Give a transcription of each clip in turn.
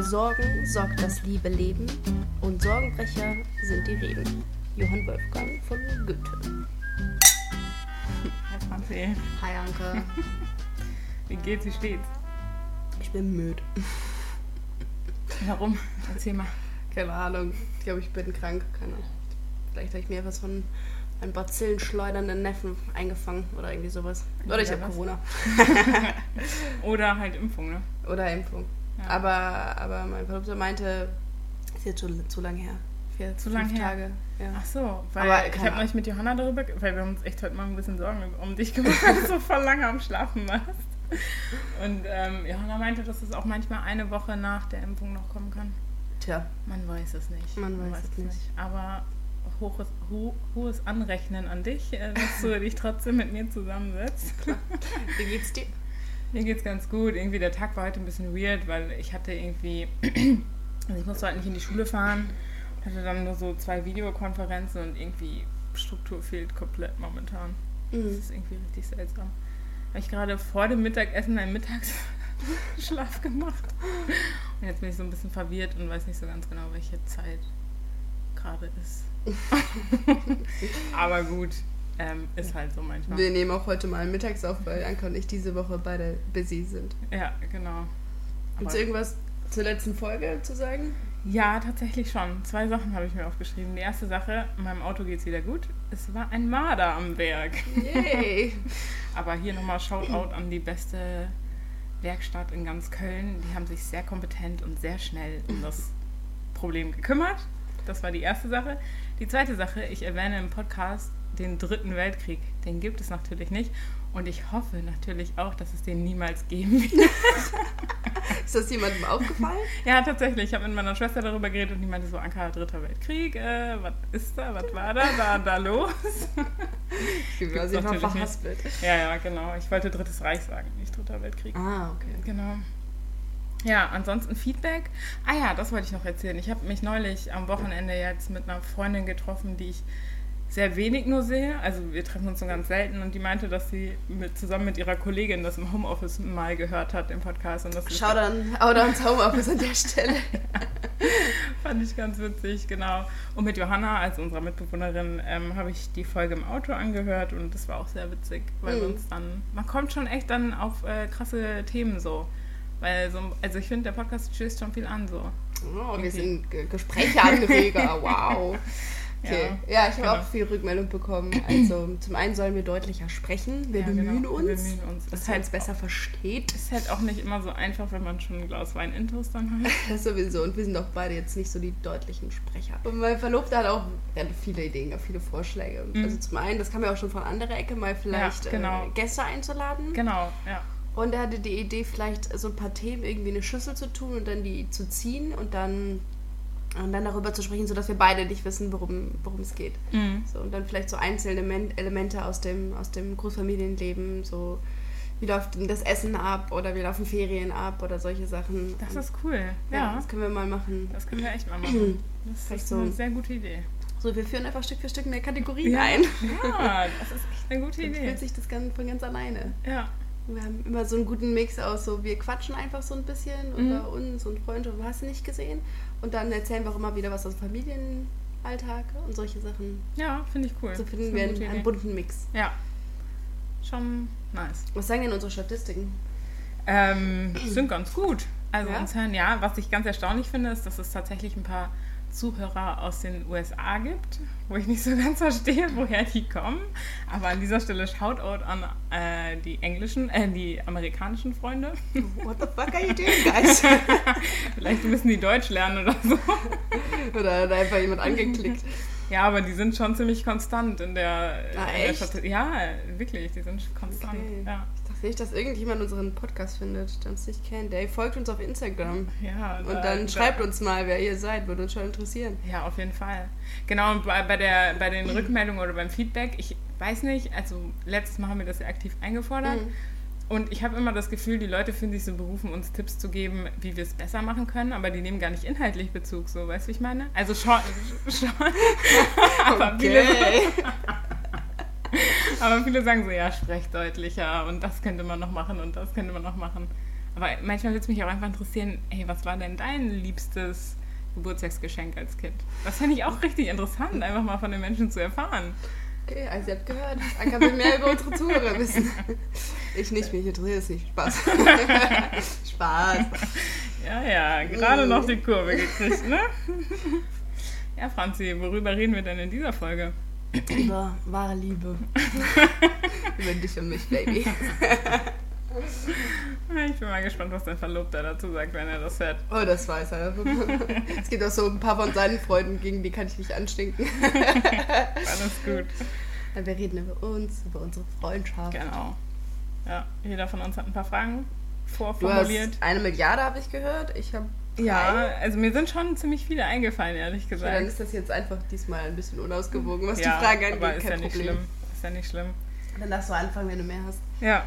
Sorgen sorgt das liebe Leben und Sorgenbrecher sind die Reden. Johann Wolfgang von Goethe. Hi Franzi. Hi Anke. Wie geht's, wie steht's? Ich bin müde. Warum? Erzähl mal. Keine Ahnung. Ich glaube, ich bin krank. Keine Ahnung. Vielleicht habe ich mir etwas von einem bazillenschleudernden Neffen eingefangen oder irgendwie sowas. Oder ich habe Corona. Oder halt Impfung, ne? Oder Impfung. Ja. Aber mein Verlobter meinte, ist jetzt schon zu lange her. Zu lange her? Tage. Ja. Ach so, weil ich habe neulich mit Johanna darüber, weil wir uns echt heute mal ein bisschen Sorgen um dich gemacht haben, weil du so voll lange am Schlafen warst. Und Johanna meinte, dass es auch manchmal eine Woche nach der Impfung noch kommen kann. Tja. Man weiß es nicht. Man weiß es nicht. Aber hohes Anrechnen an dich, dass du dich trotzdem mit mir zusammensetzt. Klar. Wie geht's dir? Mir geht's ganz gut. Irgendwie der Tag war heute ein bisschen weird, weil ich hatte irgendwie, also ich musste halt nicht in die Schule fahren, hatte dann nur so 2 Videokonferenzen und irgendwie Struktur fehlt komplett momentan. Das ist irgendwie richtig seltsam. Habe ich gerade vor dem Mittagessen einen Mittagsschlaf gemacht. Und jetzt bin ich so ein bisschen verwirrt und weiß nicht so ganz genau, welche Zeit gerade ist. Aber gut, ist halt so manchmal. Wir nehmen auch heute mal mittags auf, weil Anke und ich diese Woche beide busy sind. Ja, genau. Gibt es irgendwas zur letzten Folge zu sagen? Ja, tatsächlich schon. 2 Sachen habe ich mir aufgeschrieben. Die erste Sache, in meinem Auto geht's wieder gut. Es war ein Marder am Werk. Yay! Aber hier nochmal Shoutout an die beste Werkstatt in ganz Köln. Die haben sich sehr kompetent und sehr schnell um das Problem gekümmert. Das war die erste Sache. Die zweite Sache, ich erwähne im Podcast den 3. Weltkrieg. Den gibt es natürlich nicht. Und ich hoffe natürlich auch, dass es den niemals geben wird. Ist das jemandem aufgefallen? Ja, tatsächlich. Ich habe mit meiner Schwester darüber geredet und die meinte so, Anka, 3. Weltkrieg, was ist da, was war da los? Ich bin also einfach verhaspelt. Ja, genau. Ich wollte 3. Reich sagen, nicht 3. Weltkrieg. Ah, okay. Genau. Ja, ansonsten Feedback. Ah ja, das wollte ich noch erzählen. Ich habe mich neulich am Wochenende jetzt mit einer Freundin getroffen, die ich sehr wenig nur sehe. Also wir treffen uns so ganz selten und die meinte, dass sie zusammen mit ihrer Kollegin das im Homeoffice mal gehört hat im Podcast. Und das Schau dann ans Homeoffice an der Stelle. Fand ich ganz witzig, genau. Und mit Johanna, als unserer Mitbewohnerin, habe ich die Folge im Auto angehört und das war auch sehr witzig, weil wir uns dann, man kommt schon echt dann auf krasse Themen so. Weil also ich finde, der Podcast stößt schon viel an so. Oh, wir sind Gesprächeanreger, wow. Okay. Ja, ich habe auch viel Rückmeldung bekommen. Also zum einen sollen wir deutlicher sprechen. Wir bemühen uns, dass man es besser versteht. Ist halt auch nicht immer so einfach, wenn man schon ein Glas Wein intus dann hat. Das sowieso. Und wir sind auch beide jetzt nicht so die deutlichen Sprecher. Und mein Verlobter hat auch viele Ideen, viele Vorschläge. Also zum einen, das kam ja auch schon von anderer Ecke, mal vielleicht Gäste einzuladen. Genau, ja. Und er hatte die Idee, vielleicht so ein paar Themen irgendwie in eine Schüssel zu tun und dann die zu ziehen und dann darüber zu sprechen, sodass wir beide nicht wissen, worum es geht. So, und dann vielleicht so einzelne Elemente aus dem Großfamilienleben, so wie läuft das Essen ab oder wie laufen Ferien ab oder solche Sachen. Das ist cool. Ja, das können wir mal machen. Das können wir echt mal machen. Das ist eine sehr gute Idee. So, wir führen einfach Stück für Stück mehr Kategorien ein. Ja, das ist echt eine gute Idee. Dann fühlt sich das von ganz alleine. Ja. Wir haben immer so einen guten Mix aus, so wir quatschen einfach so ein bisschen über uns und Freunde und hast du nicht gesehen. Und dann erzählen wir auch immer wieder was aus dem Familienalltag und solche Sachen. Ja, finde ich cool. So finden wir einen bunten Mix. Ja, schon nice. Was sagen denn unsere Statistiken? Sind ganz gut. Also ja? uns hören, was ich ganz erstaunlich finde, ist, dass es tatsächlich ein paar Zuhörer aus den USA gibt, wo ich nicht so ganz verstehe, woher die kommen. Aber an dieser Stelle Shoutout an die amerikanischen Freunde. What the fuck are you doing, guys? Vielleicht müssen die Deutsch lernen oder so. Oder hat einfach jemand angeklickt. Ja, aber die sind schon ziemlich konstant in der echt? Ja, wirklich, die sind konstant. Okay. Ja. Ich dachte nicht, dass irgendjemand unseren Podcast findet, der uns nicht kennt. Der folgt uns auf Instagram. Ja. Und dann schreibt uns mal, wer ihr seid, würde uns schon interessieren. Ja, auf jeden Fall. Genau, und bei den Rückmeldungen oder beim Feedback, ich weiß nicht, also letztes Mal haben wir das ja aktiv eingefordert. Und ich habe immer das Gefühl, die Leute finden sich so berufen, uns Tipps zu geben, wie wir es besser machen können, aber die nehmen gar nicht inhaltlich Bezug, so, weißt du, wie ich meine? Also schon. Aber viele sagen so, ja, sprecht deutlicher und das könnte man noch machen und das könnte man noch machen. Aber manchmal würde es mich auch einfach interessieren, hey, was war denn dein liebstes Geburtstagsgeschenk als Kind? Das fände ich auch richtig interessant, einfach mal von den Menschen zu erfahren. Okay, also ihr habt gehört, Anka will mehr über unsere Zuhörer wissen. Ich nicht, mich interessiert es nicht. Spaß. Spaß. Ja, gerade noch die Kurve gekriegt, ne? Ja, Franzi, worüber reden wir denn in dieser Folge? Über wahre Liebe. Über dich und mich, Baby. Ich bin mal gespannt, was dein Verlobter dazu sagt, wenn er das hört. Oh, das weiß er. Es gibt auch so ein paar von seinen Freunden, gegen die kann ich nicht anstinken. Alles gut. Wir reden über uns, über unsere Freundschaft. Genau. Ja, jeder von uns hat ein paar Fragen vorformuliert. Du hast 1 Milliarde, habe ich gehört. Ich habe Ja, also mir sind schon ziemlich viele eingefallen, ehrlich gesagt. Ja, dann ist das jetzt einfach diesmal ein bisschen unausgewogen, was ja, die Fragen angeht. Aber ist kein ja nicht Problem. schlimm. Ist ja nicht schlimm. Dann darfst du anfangen, wenn du mehr hast. Ja.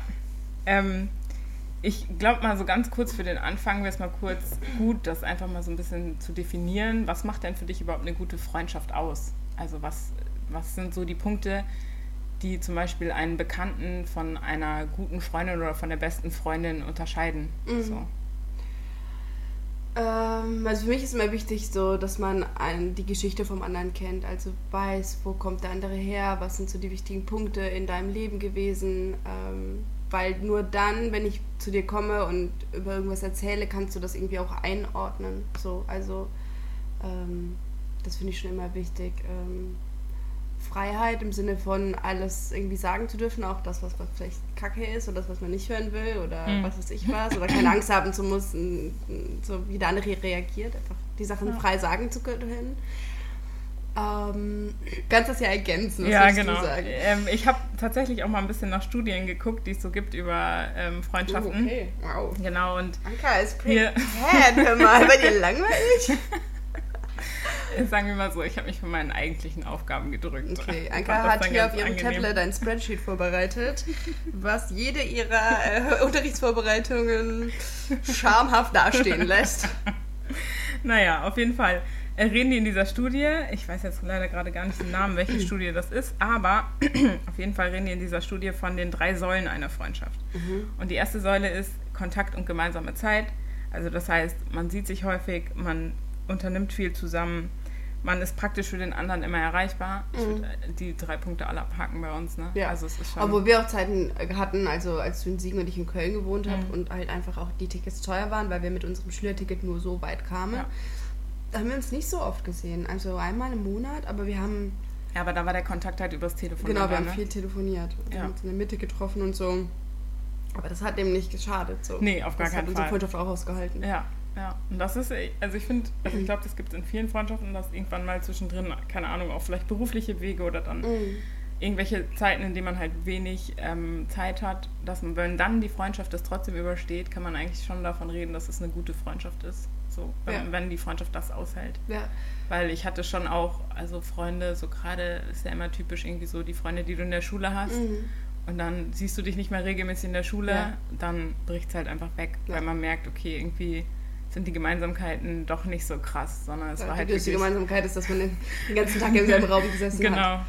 Ich glaube mal so ganz kurz für den Anfang wäre es mal kurz gut, das einfach mal so ein bisschen zu definieren. Was macht denn für dich überhaupt eine gute Freundschaft aus? Also was sind so die Punkte, die zum Beispiel einen Bekannten von einer guten Freundin oder von der besten Freundin unterscheiden? Mhm. So. Also für mich ist immer wichtig, so, dass man die Geschichte vom anderen kennt, also weiß, wo kommt der andere her, was sind so die wichtigen Punkte in deinem Leben gewesen, weil nur dann, wenn ich zu dir komme und über irgendwas erzähle, kannst du das irgendwie auch einordnen. So, also das finde ich schon immer wichtig. Freiheit im Sinne von alles irgendwie sagen zu dürfen, auch das, was vielleicht Kacke ist oder das, was man nicht hören will oder was weiß ich was, oder keine Angst haben zu müssen, so wie der andere reagiert, einfach die Sachen frei sagen zu können. Kannst das ja ergänzen, was willst du sagen? Ich habe tatsächlich auch mal ein bisschen nach Studien geguckt, die es so gibt über Freundschaften. Okay, wow. Genau, und Anka ist prepared, hör mal, bei dir langweilig? Sagen wir mal so, ich habe mich von meinen eigentlichen Aufgaben gedrückt. Okay, Anka hat hier auf ihrem Tablet ein Spreadsheet vorbereitet, was jede ihrer Unterrichtsvorbereitungen schamhaft dastehen lässt. Naja, auf jeden Fall reden die in dieser Studie, ich weiß jetzt leider gerade gar nicht den Namen, welche Studie das ist, aber auf jeden Fall reden die in dieser Studie von den 3 Säulen einer Freundschaft. Und die erste Säule ist Kontakt und gemeinsame Zeit. Also das heißt, man sieht sich häufig, man unternimmt viel zusammen, man ist praktisch für den anderen immer erreichbar. Ich würde die 3 Punkte alle abhaken bei uns. Ne? Ja. Also es ist schon obwohl wir auch Zeiten hatten, also als du in Siegen und ich in Köln gewohnt hast und halt einfach auch die Tickets teuer waren, weil wir mit unserem Schülerticket nur so weit kamen. Ja. Da haben wir uns nicht so oft gesehen. Also einmal im Monat, aber wir haben... Ja, aber da war der Kontakt halt übers Telefon. Genau, wir haben viel telefoniert. Wir haben uns in der Mitte getroffen und so. Aber das hat dem nicht geschadet. So. Nee, auf gar keinen Fall. Das hat unsere Freundschaft auch ausgehalten. Ja. Ja, und das ist, also ich finde, ich glaube, das gibt es in vielen Freundschaften, dass irgendwann mal zwischendrin, keine Ahnung, auch vielleicht berufliche Wege oder dann irgendwelche Zeiten, in denen man halt wenig Zeit hat, dass man, wenn dann die Freundschaft das trotzdem übersteht, kann man eigentlich schon davon reden, dass es eine gute Freundschaft ist. So, wenn die Freundschaft das aushält. Ja. Weil ich hatte schon auch, also Freunde, so gerade ist ja immer typisch irgendwie so die Freunde, die du in der Schule hast. Und dann siehst du dich nicht mehr regelmäßig in der Schule, dann bricht es halt einfach weg, weil man merkt, okay, irgendwie sind die Gemeinsamkeiten doch nicht so krass, sondern es war halt wirklich... Die Gemeinsamkeit ist, dass man den ganzen Tag im selben Raum gesessen hat.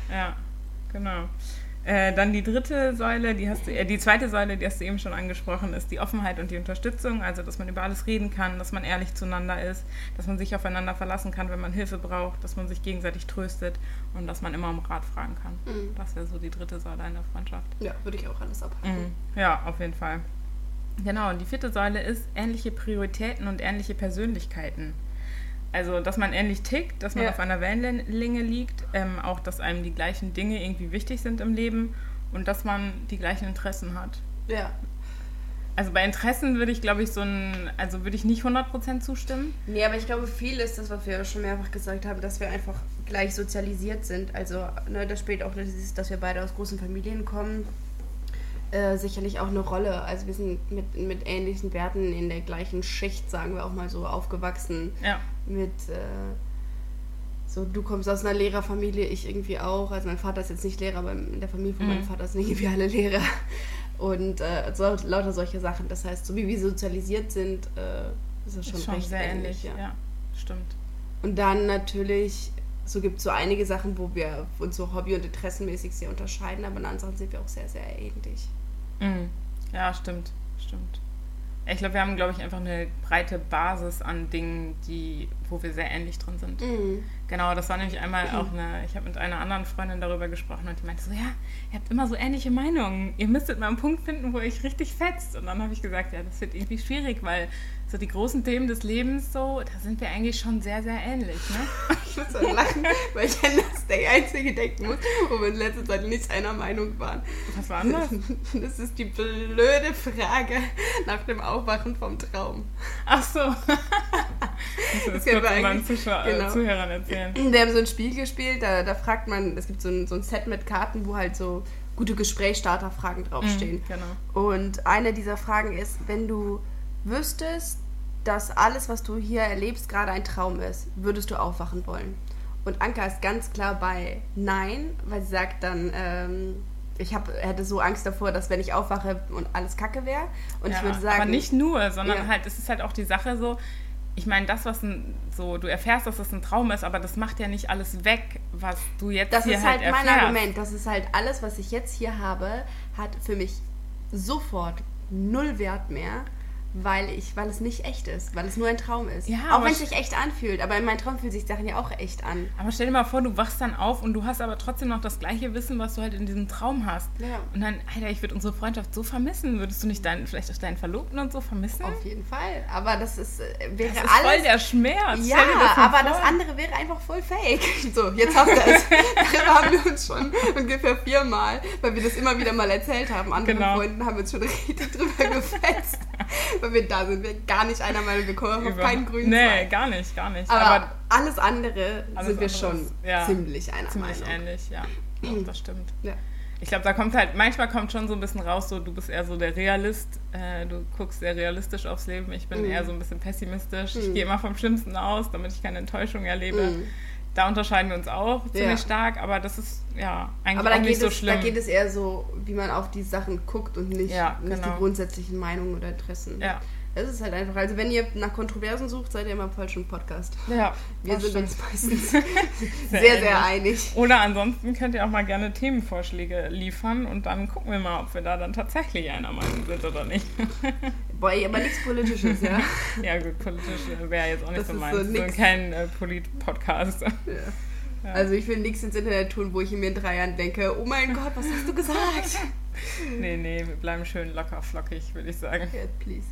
Genau. Dann die dritte Säule, die zweite Säule, die hast du eben schon angesprochen, ist die Offenheit und die Unterstützung, also dass man über alles reden kann, dass man ehrlich zueinander ist, dass man sich aufeinander verlassen kann, wenn man Hilfe braucht, dass man sich gegenseitig tröstet und dass man immer um Rat fragen kann. Das wäre so die dritte Säule einer Freundschaft. Ja, würde ich auch alles abhaken. Ja, auf jeden Fall. Genau, und die vierte Säule ist ähnliche Prioritäten und ähnliche Persönlichkeiten. Also, dass man ähnlich tickt, dass man auf einer Wellenlänge liegt, auch, dass einem die gleichen Dinge irgendwie wichtig sind im Leben und dass man die gleichen Interessen hat. Ja. Also bei Interessen würde ich, glaube ich, würde ich nicht 100% zustimmen. Nee, aber ich glaube, viel ist das, was wir schon mehrfach gesagt haben, dass wir einfach gleich sozialisiert sind. Also, das spielt auch, dass wir beide aus großen Familien kommen, sicherlich auch eine Rolle. Also wir sind mit ähnlichen Werten in der gleichen Schicht, sagen wir auch mal so, aufgewachsen. Ja. Mit so, du kommst aus einer Lehrerfamilie, ich irgendwie auch. Also mein Vater ist jetzt nicht Lehrer, aber in der Familie von meinem Vater sind irgendwie alle Lehrer. Und lauter solche Sachen. Das heißt, so wie wir sozialisiert sind, ist das schon recht sehr ähnlich. Ja, stimmt. Und dann natürlich, so gibt es so einige Sachen, wo wir uns so hobby- und interessenmäßig sehr unterscheiden, aber in anderen Sachen sind wir auch sehr, sehr ähnlich. Ja, stimmt. Ich glaube, wir haben, einfach eine breite Basis an Dingen, wo wir sehr ähnlich drin sind. Mhm. Genau, das war nämlich einmal auch ich habe mit einer anderen Freundin darüber gesprochen und die meinte so, ja, ihr habt immer so ähnliche Meinungen. Ihr müsstet mal einen Punkt finden, wo ihr euch richtig fetzt. Und dann habe ich gesagt, ja, das wird irgendwie schwierig, weil so die großen Themen des Lebens so, da sind wir eigentlich schon sehr, sehr ähnlich, ne? Ich muss so lachen, weil ich an das der Einzige denken muss, wo wir in letzter Zeit nicht einer Meinung waren. Was war das? Das ist die blöde Frage nach dem Aufwachen vom Traum. Ach so. Das können wir unseren genau. Zuhörern erzählen. Wir haben so ein Spiel gespielt, da fragt man, es gibt so ein Set mit Karten, wo halt so gute Gesprächsstarterfragen draufstehen. Genau. Und eine dieser Fragen ist, wenn du wüsstest, dass alles, was du hier erlebst, gerade ein Traum ist, würdest du aufwachen wollen? Und Anka ist ganz klar bei Nein, weil sie sagt dann, hätte so Angst davor, dass wenn ich aufwache und alles Kacke wäre. Und ich würde sagen... Aber nicht nur, sondern halt, es ist halt auch die Sache so, ich meine, das, was du erfährst, dass das ein Traum ist, aber das macht ja nicht alles weg, was du jetzt das hier ist halt mein erfährst. Argument. Das ist halt alles, was ich jetzt hier habe, hat für mich sofort 0 Wert mehr, weil es nicht echt ist, weil es nur ein Traum ist. Ja, auch wenn es sich echt anfühlt, aber in meinem Traum fühlen sich Sachen ja auch echt an. Aber stell dir mal vor, du wachst dann auf und du hast aber trotzdem noch das gleiche Wissen, was du halt in diesem Traum hast. Ja. Und dann, Alter, ich würde unsere Freundschaft so vermissen. Würdest du nicht vielleicht auch deinen Verlobten und so vermissen? Auf jeden Fall. Aber das ist alles... voll der Schmerz. Ja, aber das andere wäre einfach voll fake. So, jetzt habt ihr es. Darüber haben wir uns schon ungefähr 4-mal, weil wir das immer wieder mal erzählt haben, anderen Freunden haben wir uns schon richtig drüber gefetzt. Weil wir da sind wir gar nicht einer Meinung, wir kommen auf keinen grünen Zweig. Nee, gar nicht. Aber alles andere sind wir schon ziemlich einer Meinung. Ziemlich ähnlich, ja. Doch, das stimmt. Ja. Ich glaube, manchmal kommt schon so ein bisschen raus, so du bist eher so der Realist, du guckst sehr realistisch aufs Leben, ich bin eher so ein bisschen pessimistisch, ich gehe immer vom Schlimmsten aus, damit ich keine Enttäuschung erlebe. Da unterscheiden wir uns auch ziemlich stark, aber das ist eigentlich auch nicht so schlimm. Da geht es eher so, wie man auf die Sachen guckt und nicht die grundsätzlichen Meinungen oder Interessen. Ja. Das ist halt einfach, also wenn ihr nach Kontroversen sucht, seid ihr immer im falschen Podcast. Ja, wir sind uns meistens sehr, sehr einig. Oder ansonsten könnt ihr auch mal gerne Themenvorschläge liefern und dann gucken wir mal, ob wir da dann tatsächlich einer Meinung sind oder nicht. Boah, aber nichts Politisches, ja? Ja gut, politisch wäre jetzt auch nicht so meins. So kein Polit-Podcast. Ja. Ja. Also ich will nichts ins Internet tun, wo ich mir in 3 Jahren denke, oh mein Gott, was hast du gesagt? Nee, wir bleiben schön locker flockig, würde ich sagen. Yeah, please.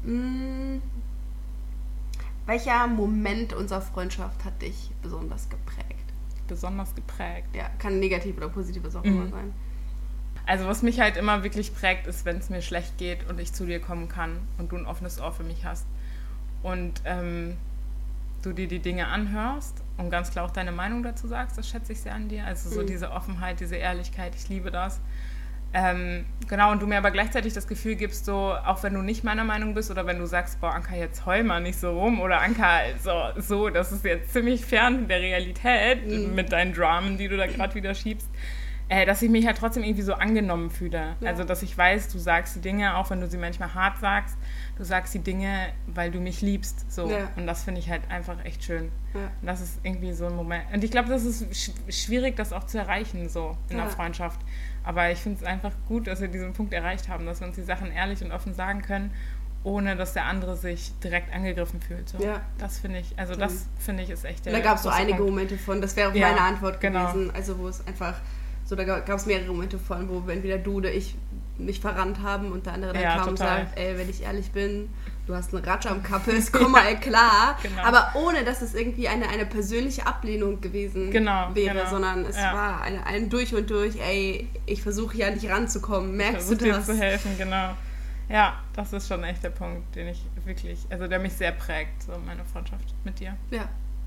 Welcher Moment unserer Freundschaft hat dich besonders geprägt? Besonders geprägt? Ja, kann negativ oder positiv auch immer sein. Also was mich halt immer wirklich prägt, ist, wenn es mir schlecht geht und ich zu dir kommen kann und du ein offenes Ohr für mich hast. Und du dir die Dinge anhörst und ganz klar auch deine Meinung dazu sagst, das schätze ich sehr an dir. Also so diese Offenheit, diese Ehrlichkeit, ich liebe das. Genau, und du mir aber gleichzeitig das Gefühl gibst, so, auch wenn du nicht meiner Meinung bist oder wenn du sagst, boah, Anka, jetzt heul mal nicht so rum oder Anka, so, das ist jetzt ziemlich fern der Realität mit deinen Dramen, die du da gerade wieder schiebst, dass ich mich halt trotzdem irgendwie so angenommen fühle. Ja. Also, dass ich weiß, du sagst die Dinge, auch wenn du sie manchmal hart sagst, du sagst die Dinge, weil du mich liebst, so. Ja. Und das finde ich halt einfach echt schön. Ja. Und das ist irgendwie so ein Moment. Und ich glaube, das ist schwierig, das auch zu erreichen, so in der Freundschaft. Aber ich finde es einfach gut, dass wir diesen Punkt erreicht haben, dass wir uns die Sachen ehrlich und offen sagen können, ohne dass der andere sich direkt angegriffen fühlt. So. Ja. Das finde ich, ist echt der. Da gab es so einige Momente von, das wäre auch meine Antwort gewesen, also wo es einfach, so da gab es mehrere Momente von, wo entweder du oder ich mich verrannt haben und der andere dann kam und sagt, ey, wenn ich ehrlich bin, du hast eine Ratsche am Kappes, komm mal klar. Genau. Aber ohne, dass es irgendwie eine persönliche Ablehnung gewesen wäre, sondern es war ein durch und durch, ey, ich versuche hier an dich ranzukommen, merkst du das? Ich versuche dir zu helfen, genau. Ja, das ist schon echt der Punkt, den ich wirklich, also der mich sehr prägt, so meine Freundschaft mit dir. Ja.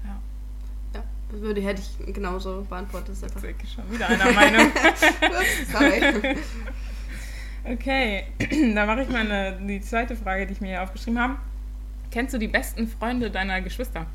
Hätte ich genauso beantwortet. Jetzt schon wieder einer Meinung. Ups, sorry. Okay, dann mache ich mal die zweite Frage, die ich mir hier aufgeschrieben habe. Kennst du die besten Freunde deiner Geschwister?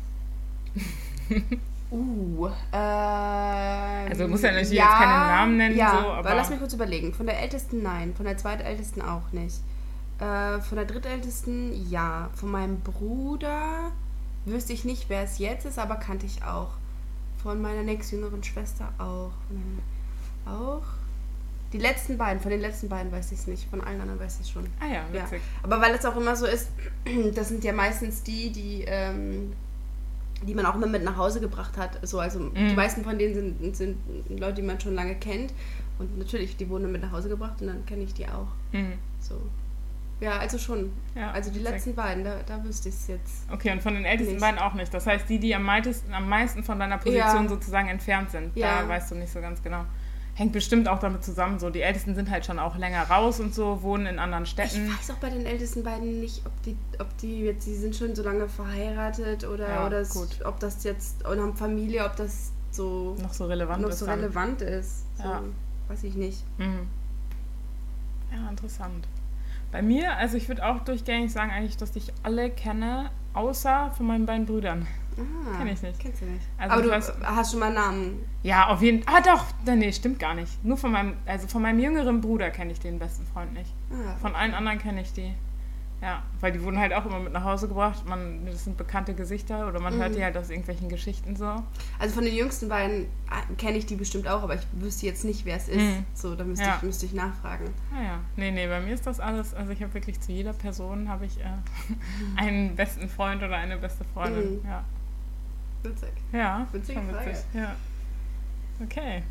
Also muss ja natürlich jetzt keinen Namen nennen. Ja, so, aber lass mich kurz überlegen. Von der Ältesten nein, von der Zweitältesten auch nicht. Von der Drittältesten ja. Von meinem Bruder wüsste ich nicht, wer es jetzt ist, aber kannte ich auch. Von meiner nächstjüngeren Schwester auch. von den letzten beiden weiß ich es nicht, von allen anderen weiß ich es schon. Ah ja, witzig. Ja. Aber weil es auch immer so ist, das sind ja meistens die man auch immer mit nach Hause gebracht hat. So, also die meisten von denen sind Leute, die man schon lange kennt. Und natürlich, die wurden mit nach Hause gebracht und dann kenne ich die auch. So. Ja, also schon. Ja, also die letzten beiden, da wüsste ich es jetzt. Okay, und von den ältesten beiden auch nicht. Das heißt, die am meisten von deiner Position sozusagen entfernt sind. Da weißt du nicht so ganz genau. Hängt bestimmt auch damit zusammen. So, die Ältesten sind halt schon auch länger raus und so, wohnen in anderen Städten. Ich weiß auch bei den ältesten beiden nicht, ob die jetzt, die sind schon so lange verheiratet oder ob das jetzt, oder haben Familie, ob das so noch so relevant ist. So, weiß ich nicht. Ja, interessant. Bei mir, also ich würde auch durchgängig sagen eigentlich, dass ich alle kenne, außer von meinen beiden Brüdern. Kenne ich nicht. Kennst du nicht. Also aber du hast schon mal Namen. Ja, auf jeden Fall. Doch. Nee, stimmt gar nicht. Nur von meinem jüngeren Bruder kenne ich den besten Freund nicht. Von allen anderen kenne ich die. Ja, weil die wurden halt auch immer mit nach Hause gebracht. Das sind bekannte Gesichter oder man hört die halt aus irgendwelchen Geschichten so. Also von den jüngsten beiden kenne ich die bestimmt auch, aber ich wüsste jetzt nicht, wer es ist. So, da müsste ich nachfragen. Ah ja. Nee, bei mir ist das alles, also ich habe wirklich zu jeder Person einen besten Freund oder eine beste Freundin. Ja. Witzig. Ja, witzige Frage. Witzig. Ja. Okay.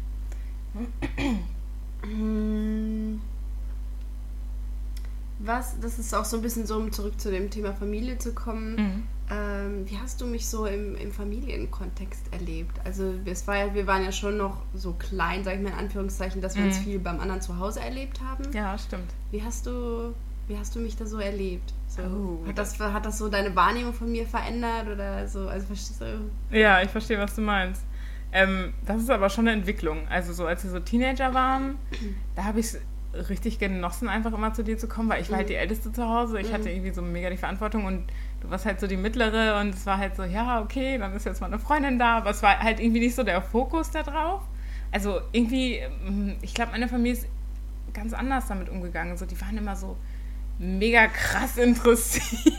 Das ist auch so ein bisschen so, um zurück zu dem Thema Familie zu kommen. Wie hast du mich so im Familienkontext erlebt? Also wir waren ja schon noch so klein, sag ich mal in Anführungszeichen, dass wir uns viel beim anderen zu Hause erlebt haben. Ja, stimmt. Wie hast du mich da so erlebt? So, hat das so deine Wahrnehmung von mir verändert oder so? Also verstehst du? Ja, ich verstehe, was du meinst. Das ist aber schon eine Entwicklung. Also so, als wir so Teenager waren, da habe ich es richtig genossen, einfach immer zu dir zu kommen, weil ich war halt die Älteste zu Hause. Ich hatte irgendwie so mega die Verantwortung und du warst halt so die Mittlere und es war halt so, ja, okay, dann ist jetzt mal eine Freundin da, aber es war halt irgendwie nicht so der Fokus da drauf. Also irgendwie, ich glaube, meine Familie ist ganz anders damit umgegangen. So, die waren immer so mega krass interessiert.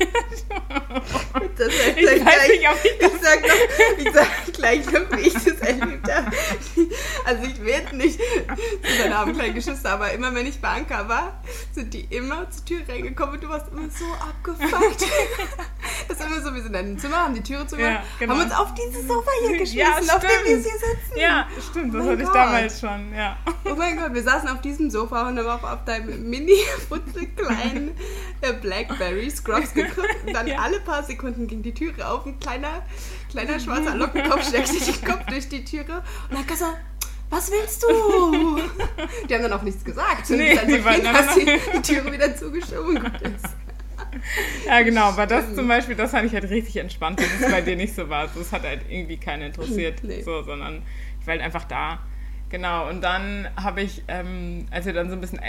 Ich sag gleich noch, wie ich das erlebt habe. Also ich will jetzt nicht zu deinen armen kleinen Geschwister, aber immer wenn ich bei Anka war, sind die immer zur Tür reingekommen und du warst immer so abgefuckt. Das ist immer so, wir sind in einem Zimmer, haben die Türe zugemacht, haben uns auf dieses Sofa hier geschmissen, auf dem wir hier sitzen. Ja, stimmt, das hatte ich damals schon, ja. Oh mein Gott, wir saßen auf diesem Sofa und haben auf deinem mini-kleinen Blackberry Scrubs geguckt und dann alle paar Sekunden ging die Türe auf, ein kleiner schwarzer Lockenkopf steckte den Kopf durch die Türe und hat gesagt, was willst du? Die haben dann auch nichts gesagt. Nee, dass die Türe wieder zugeschoben ist. Ja, genau, aber das zum Beispiel, das fand ich halt richtig entspannt, dass es bei dir nicht so war. Das hat halt irgendwie keinen interessiert, so, sondern ich war halt einfach da. Genau, und dann habe ich, als wir dann so ein bisschen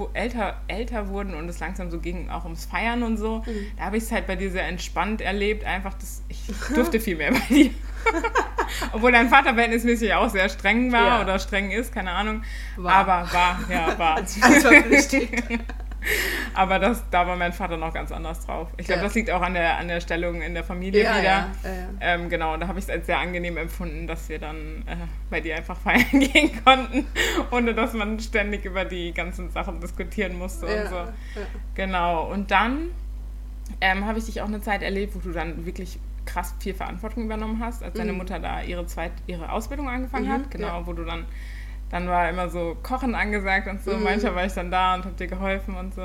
älter wurden und es langsam so ging, auch ums Feiern und so, da habe ich es halt bei dir sehr entspannt erlebt, einfach, ich durfte viel mehr bei dir. Obwohl dein Vater verhältnismäßig auch sehr streng war oder streng ist, keine Ahnung. Aber war. Das war richtig. Aber da war mein Vater noch ganz anders drauf. Ich glaube, das liegt auch an der Stellung in der Familie wieder. Ja. Genau, und da habe ich es als sehr angenehm empfunden, dass wir dann bei dir einfach feiern gehen konnten, ohne dass man ständig über die ganzen Sachen diskutieren musste und so. Ja. Genau, und dann habe ich dich auch eine Zeit erlebt, wo du dann wirklich krass viel Verantwortung übernommen hast, als deine Mutter da ihre Ausbildung angefangen hat. Genau, wo du dann war immer so Kochen angesagt und so. Manchmal war ich dann da und habe dir geholfen und so.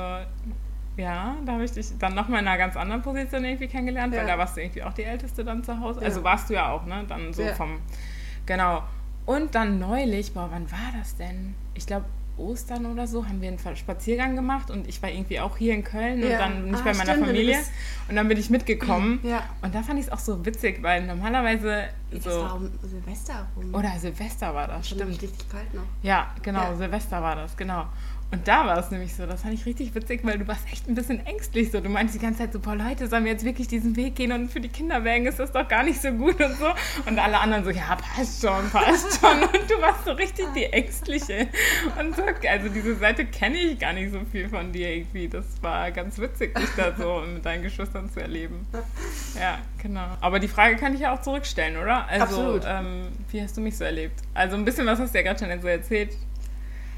Ja, da habe ich dich dann nochmal in einer ganz anderen Position irgendwie kennengelernt, weil da warst du irgendwie auch die Älteste dann zu Hause. Ja. Also warst du ja auch, ne? Dann so genau. Und dann neulich, wann war das denn? Ich glaube, Ostern oder so, haben wir einen Spaziergang gemacht und ich war irgendwie auch hier in Köln und dann nicht bei meiner Familie. Und dann bin ich mitgekommen. Ja. Und da fand ich es auch so witzig, weil normalerweise das war um Silvester rum. Oder Silvester war das, stimmt. Richtig kalt noch. Ja, genau, Silvester war das, genau. Und da war es nämlich so, das fand ich richtig witzig, weil du warst echt ein bisschen ängstlich so. Du meinst die ganze Zeit so, Leute, sollen wir jetzt wirklich diesen Weg gehen und für die Kinderwägen ist das doch gar nicht so gut und so. Und alle anderen so, ja, passt schon. Und du warst so richtig die Ängstliche. Und so, also diese Seite kenne ich gar nicht so viel von dir irgendwie. Das war ganz witzig, dich da so mit deinen Geschwistern zu erleben. Ja, genau. Aber die Frage kann ich ja auch zurückstellen, oder? Also, absolut. Wie hast du mich so erlebt? Also ein bisschen was hast du ja gerade schon so erzählt.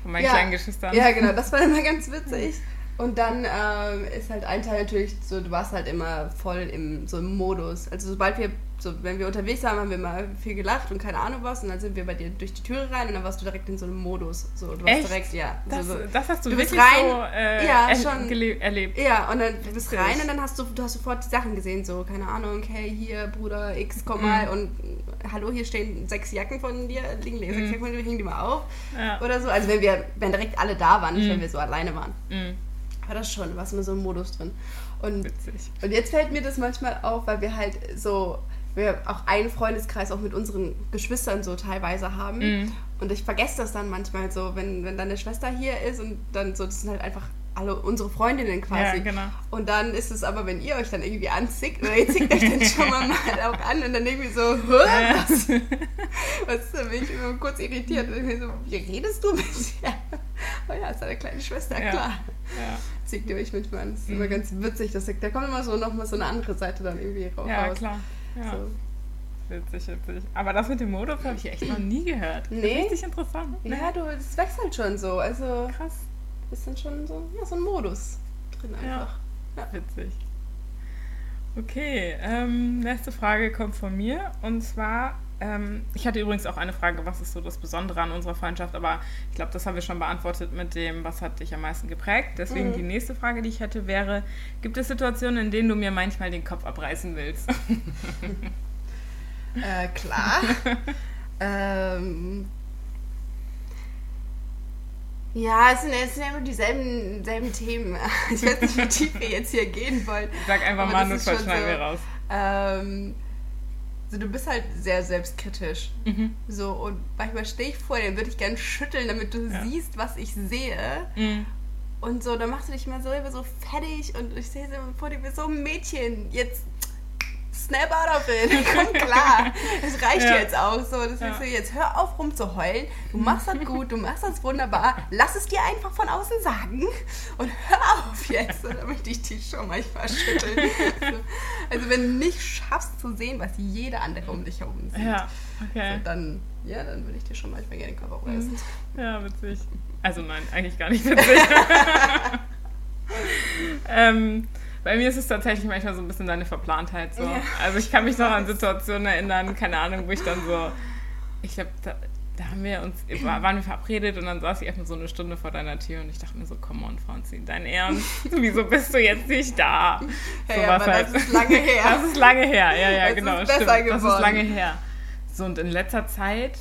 von meinen kleinen Geschwistern. Ja, genau, das war immer ganz witzig. Und dann ist halt ein Teil natürlich so, du warst halt immer voll im Modus. Also sobald wenn wir unterwegs waren, haben wir immer viel gelacht und keine Ahnung was. Und dann sind wir bei dir durch die Türe rein und dann warst du direkt in so einem Modus. So, du warst echt? Direkt, ja. Das hast du wirklich rein, so erlebt. Ja, und dann du bist rein und dann hast du sofort die Sachen gesehen. So, keine Ahnung, hey, hier, Bruder X, komm mal. Und hallo, hier stehen 6 Jacken von dir, liegen 6 Jacken von dir, häng die mal auf. Ja. Oder so. Also wenn direkt alle da waren, nicht wenn wir so alleine waren. War das schon, warst du in so einem Modus drin. Und jetzt fällt mir das manchmal auf, weil wir halt wir auch einen Freundeskreis auch mit unseren Geschwistern so teilweise haben. Und ich vergesse das dann manchmal so, wenn deine Schwester hier ist und dann so, das sind halt einfach alle unsere Freundinnen quasi. Ja, genau. Und dann ist es aber, wenn ihr euch dann irgendwie anzickt, oder ihr zickt euch dann schon mal auch an und dann irgendwie so, was ist da? Bin ich immer kurz irritiert. Und ich so, wie redest du mit dir? Oh ja, ist deine kleine Schwester, klar. Ja. Zickt ihr euch manchmal an. Das ist immer ganz witzig. Da kommt immer so nochmal so eine andere Seite dann irgendwie raus. Ja, klar. Ja. So. Witzig. Aber das mit dem Modus habe ich echt noch nie gehört. Nee? Richtig interessant. Ja, das wechselt schon so. Also krass. Ist dann schon so ein Modus drin einfach. Ja. Witzig. Okay, nächste Frage kommt von mir. Und zwar, ich hatte übrigens auch eine Frage, was ist so das Besondere an unserer Freundschaft? Aber ich glaube, das haben wir schon beantwortet mit dem, was hat dich am meisten geprägt. Deswegen die nächste Frage, die ich hätte, wäre, gibt es Situationen, in denen du mir manchmal den Kopf abreißen willst? Klar. Ja, es sind ja immer dieselben Themen. Ich weiß nicht, wie tief wir jetzt hier gehen wollen. Sag einfach mal, nur schneiden wir raus. Du bist halt sehr selbstkritisch. So, und manchmal stehe ich vor dir, dann würde ich gerne schütteln, damit du siehst, was ich sehe. Und so, dann machst du dich mal so fertig und ich sehe so vor dir, so ein Mädchen, jetzt snap out of it, komm klar, es reicht jetzt auch so, das ist so, jetzt hör auf rumzuheulen, du machst das gut, du machst das wunderbar, lass es dir einfach von außen sagen und hör auf jetzt, da möchte ich dich schon manchmal schütteln. Also wenn du nicht schaffst zu sehen, was jeder andere um dich herum sieht, dann würde ich dir schon manchmal gerne den Kopf aufreißen. Ja, witzig. Also nein, eigentlich gar nicht witzig. Bei mir ist es tatsächlich manchmal so ein bisschen deine Verplantheit so. Ja. Also ich kann mich noch an Situationen erinnern, keine Ahnung, wo ich dann so, ich glaube, da waren wir verabredet und dann saß ich erstmal so eine Stunde vor deiner Tür und ich dachte mir so, come on, Franzi, dein Ernst? Wieso bist du jetzt nicht da? Hey, aber das ist lange her. Das ist lange her, ja, das genau, ist besser stimmt. Geworden. Das ist lange her. So, und in letzter Zeit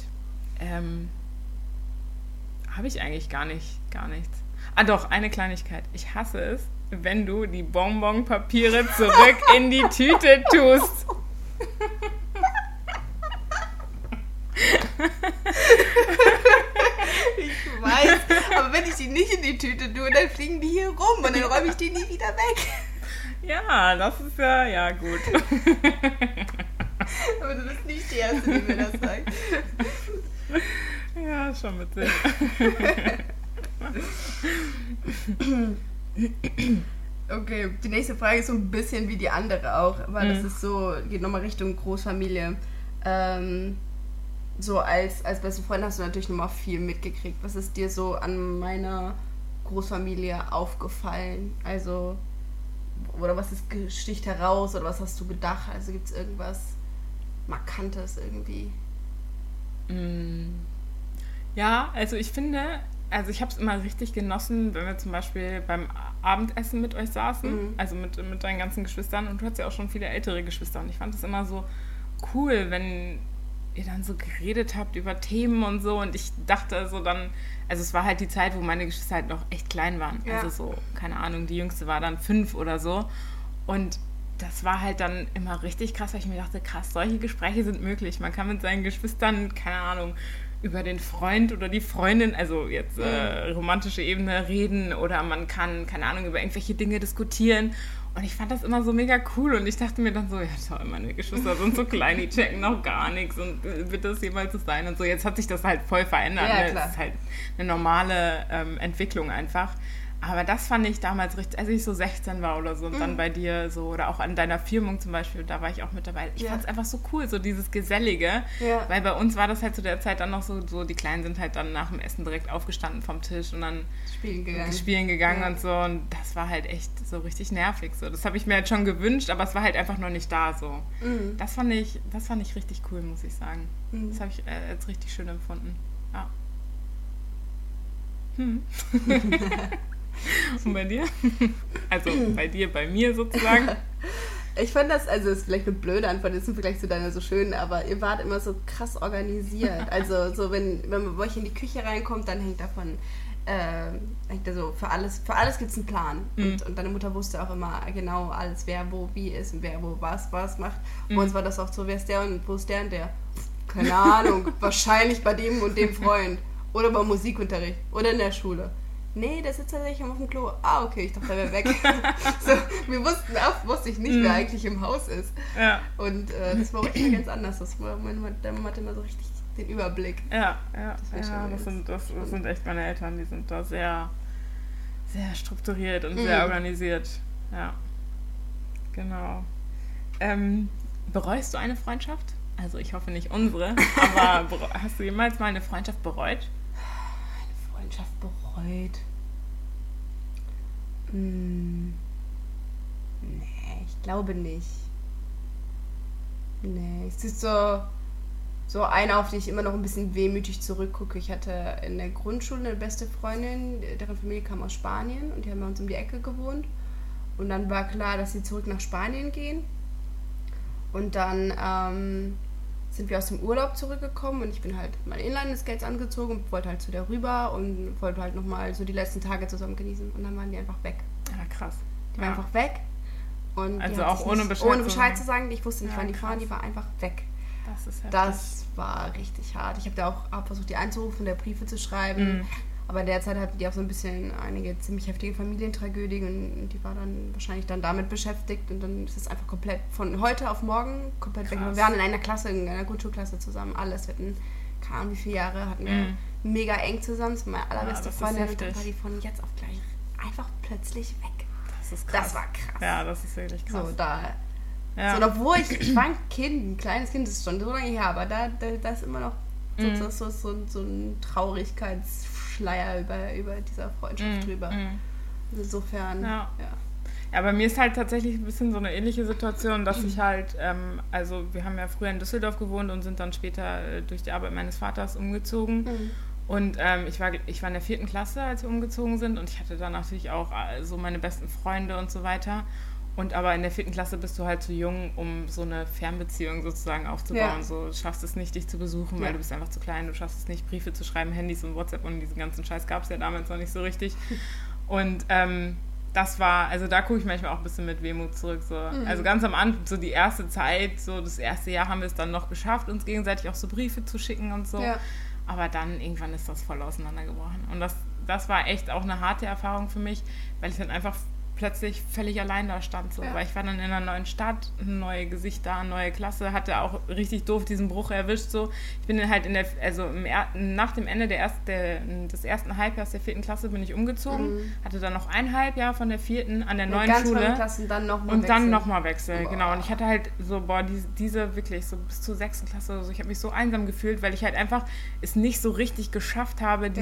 habe ich eigentlich gar nichts. Ah doch, eine Kleinigkeit. Ich hasse es, wenn du die Bonbonpapiere zurück in die Tüte tust. Ich weiß, aber wenn ich die nicht in die Tüte tue, dann fliegen die hier rum und dann räume ich die nie wieder weg. Ja, das ist ja gut. Aber du bist nicht die Erste, die mir das sagt. Ja, schon witzig. Okay, die nächste Frage ist so ein bisschen wie die andere auch, weil das ist so, geht nochmal Richtung Großfamilie. So als beste Freundin hast du natürlich nochmal viel mitgekriegt. Was ist dir so an meiner Großfamilie aufgefallen? Also, oder was sticht heraus oder was hast du gedacht? Also gibt es irgendwas Markantes irgendwie? Ja, also ich finde, ich habe es immer richtig genossen, wenn wir zum Beispiel beim Abendessen mit euch saßen, also mit deinen ganzen Geschwistern, und du hast ja auch schon viele ältere Geschwister, und ich fand es immer so cool, wenn ihr dann so geredet habt über Themen und so, und ich dachte so dann, also es war halt die Zeit, wo meine Geschwister halt noch echt klein waren, also so, keine Ahnung, die Jüngste war dann 5 oder so, und das war halt dann immer richtig krass, weil ich mir dachte, krass, solche Gespräche sind möglich, man kann mit seinen Geschwistern, keine Ahnung, über den Freund oder die Freundin, also jetzt romantische Ebene reden, oder man kann, keine Ahnung, über irgendwelche Dinge diskutieren, und ich fand das immer so mega cool, und ich dachte mir dann so, ja toll, meine Geschwister sind so klein, die checken noch gar nichts, und wird das jemals so sein und so. Jetzt hat sich das halt voll verändert, ja, ne? Das ist halt eine normale Entwicklung einfach, Aber das fand ich damals richtig, als ich so 16 war oder so und dann bei dir so, oder auch an deiner Firmung zum Beispiel, da war ich auch mit dabei. Ich fand es einfach so cool, so dieses Gesellige, weil bei uns war das halt zu der Zeit dann noch so, die Kleinen sind halt dann nach dem Essen direkt aufgestanden vom Tisch und dann spielen gegangen und so, und das war halt echt so richtig nervig. So. Das habe ich mir halt schon gewünscht, aber es war halt einfach noch nicht da so. Das fand ich richtig cool, muss ich sagen. Das habe ich als richtig schön empfunden. Ja. Und bei dir? Also bei mir sozusagen. Ich fand das, also ist vielleicht eine blöde Antwort, jetzt im Vergleich zu deiner so schön, aber ihr wart immer so krass organisiert. Also so, wenn man bei euch in die Küche reinkommt, dann hängt da so, für alles gibt es einen Plan. Und deine Mutter wusste auch immer genau alles, wer wo wie ist und wer wo was macht. Und bei uns war das auch so, wer ist der und wo ist der und der? Keine Ahnung, wahrscheinlich bei dem und dem Freund. Oder beim Musikunterricht. Oder in der Schule. Nee, der sitzt tatsächlich auf dem Klo. Ah, okay, ich dachte, der wäre weg. So, wir wusste ich nicht, wer eigentlich im Haus ist. Ja. Und das war auch immer ganz anders. Meine Mama hatte immer so richtig den Überblick. Ja. Das sind echt meine Eltern, die sind da sehr, sehr strukturiert und sehr organisiert. Ja, genau. Bereust du eine Freundschaft? Also ich hoffe nicht unsere, aber hast du jemals mal eine Freundschaft bereut? Bereut. Nee, ich glaube nicht. Nee, es ist so eine, auf die ich immer noch ein bisschen wehmütig zurückgucke. Ich hatte in der Grundschule eine beste Freundin, deren Familie kam aus Spanien und die haben bei uns um die Ecke gewohnt. Und dann war klar, dass sie zurück nach Spanien gehen. Und dann sind wir aus dem Urlaub zurückgekommen und ich bin halt meine Inlandesgates angezogen und wollte halt zu der rüber und wollte halt nochmal so die letzten Tage zusammen genießen. Und dann waren die einfach weg. Ja, krass. Die waren einfach weg. Und also auch ohne Bescheid zu sagen. Ich wusste nicht, wann die fahren, die war einfach weg. Das ist heftig. Das war richtig hart. Ich habe da auch versucht, die anzurufen, der Briefe zu schreiben. Aber in der Zeit hatten die auch so ein bisschen einige ziemlich heftige Familientragödien und die war dann wahrscheinlich dann damit beschäftigt und dann ist es einfach komplett von heute auf morgen komplett weg. Wir waren in einer Klasse, in einer Grundschulklasse zusammen, alles. Wir hatten, keine Ahnung wie viele Jahre, hatten wir mega eng zusammen. Das war meine allerbeste Freundin und dann war die von jetzt auf gleich einfach plötzlich weg. Das ist krass. Das war krass. Ja, das ist wirklich krass. So, und obwohl ich war ein kleines Kind, das ist schon so lange her, aber da ist immer noch so ein Traurigkeitsschleier über dieser Freundschaft drüber. Insofern, ja. Ja, bei mir ist halt tatsächlich ein bisschen so eine ähnliche Situation, dass ich halt, also wir haben ja früher in Düsseldorf gewohnt und sind dann später durch die Arbeit meines Vaters umgezogen. Und ich war in der 4. Klasse, als wir umgezogen sind und ich hatte dann natürlich auch so meine besten Freunde und so weiter. Und aber in der 4. Klasse bist du halt zu jung, um so eine Fernbeziehung sozusagen aufzubauen. Ja. So, du schaffst es nicht, dich zu besuchen, weil du bist einfach zu klein. Du schaffst es nicht, Briefe zu schreiben, Handys und WhatsApp und diesen ganzen Scheiß gab es ja damals noch nicht so richtig. Und das war, also da gucke ich manchmal auch ein bisschen mit Wehmut zurück. So. Also ganz am Anfang, so die erste Zeit, so das erste Jahr haben wir es dann noch geschafft, uns gegenseitig auch so Briefe zu schicken und so. Ja. Aber dann irgendwann ist das voll auseinandergebrochen. Und das war echt auch eine harte Erfahrung für mich, weil ich dann einfach plötzlich völlig allein da stand. So. Ja. Weil ich war dann in einer neuen Stadt, neue Gesichter, neue Klasse, hatte auch richtig doof diesen Bruch erwischt. So. Ich bin dann halt nach dem Ende des ersten Halbjahres der 4. Klasse bin ich umgezogen, hatte dann noch ein Halbjahr von der 4. an der neuen Schule. Klassen, dann nochmal Wechsel, genau. Und ich hatte halt so, diese wirklich so bis zur 6. Klasse oder so, ich habe mich so einsam gefühlt, weil ich halt einfach es nicht so richtig geschafft habe,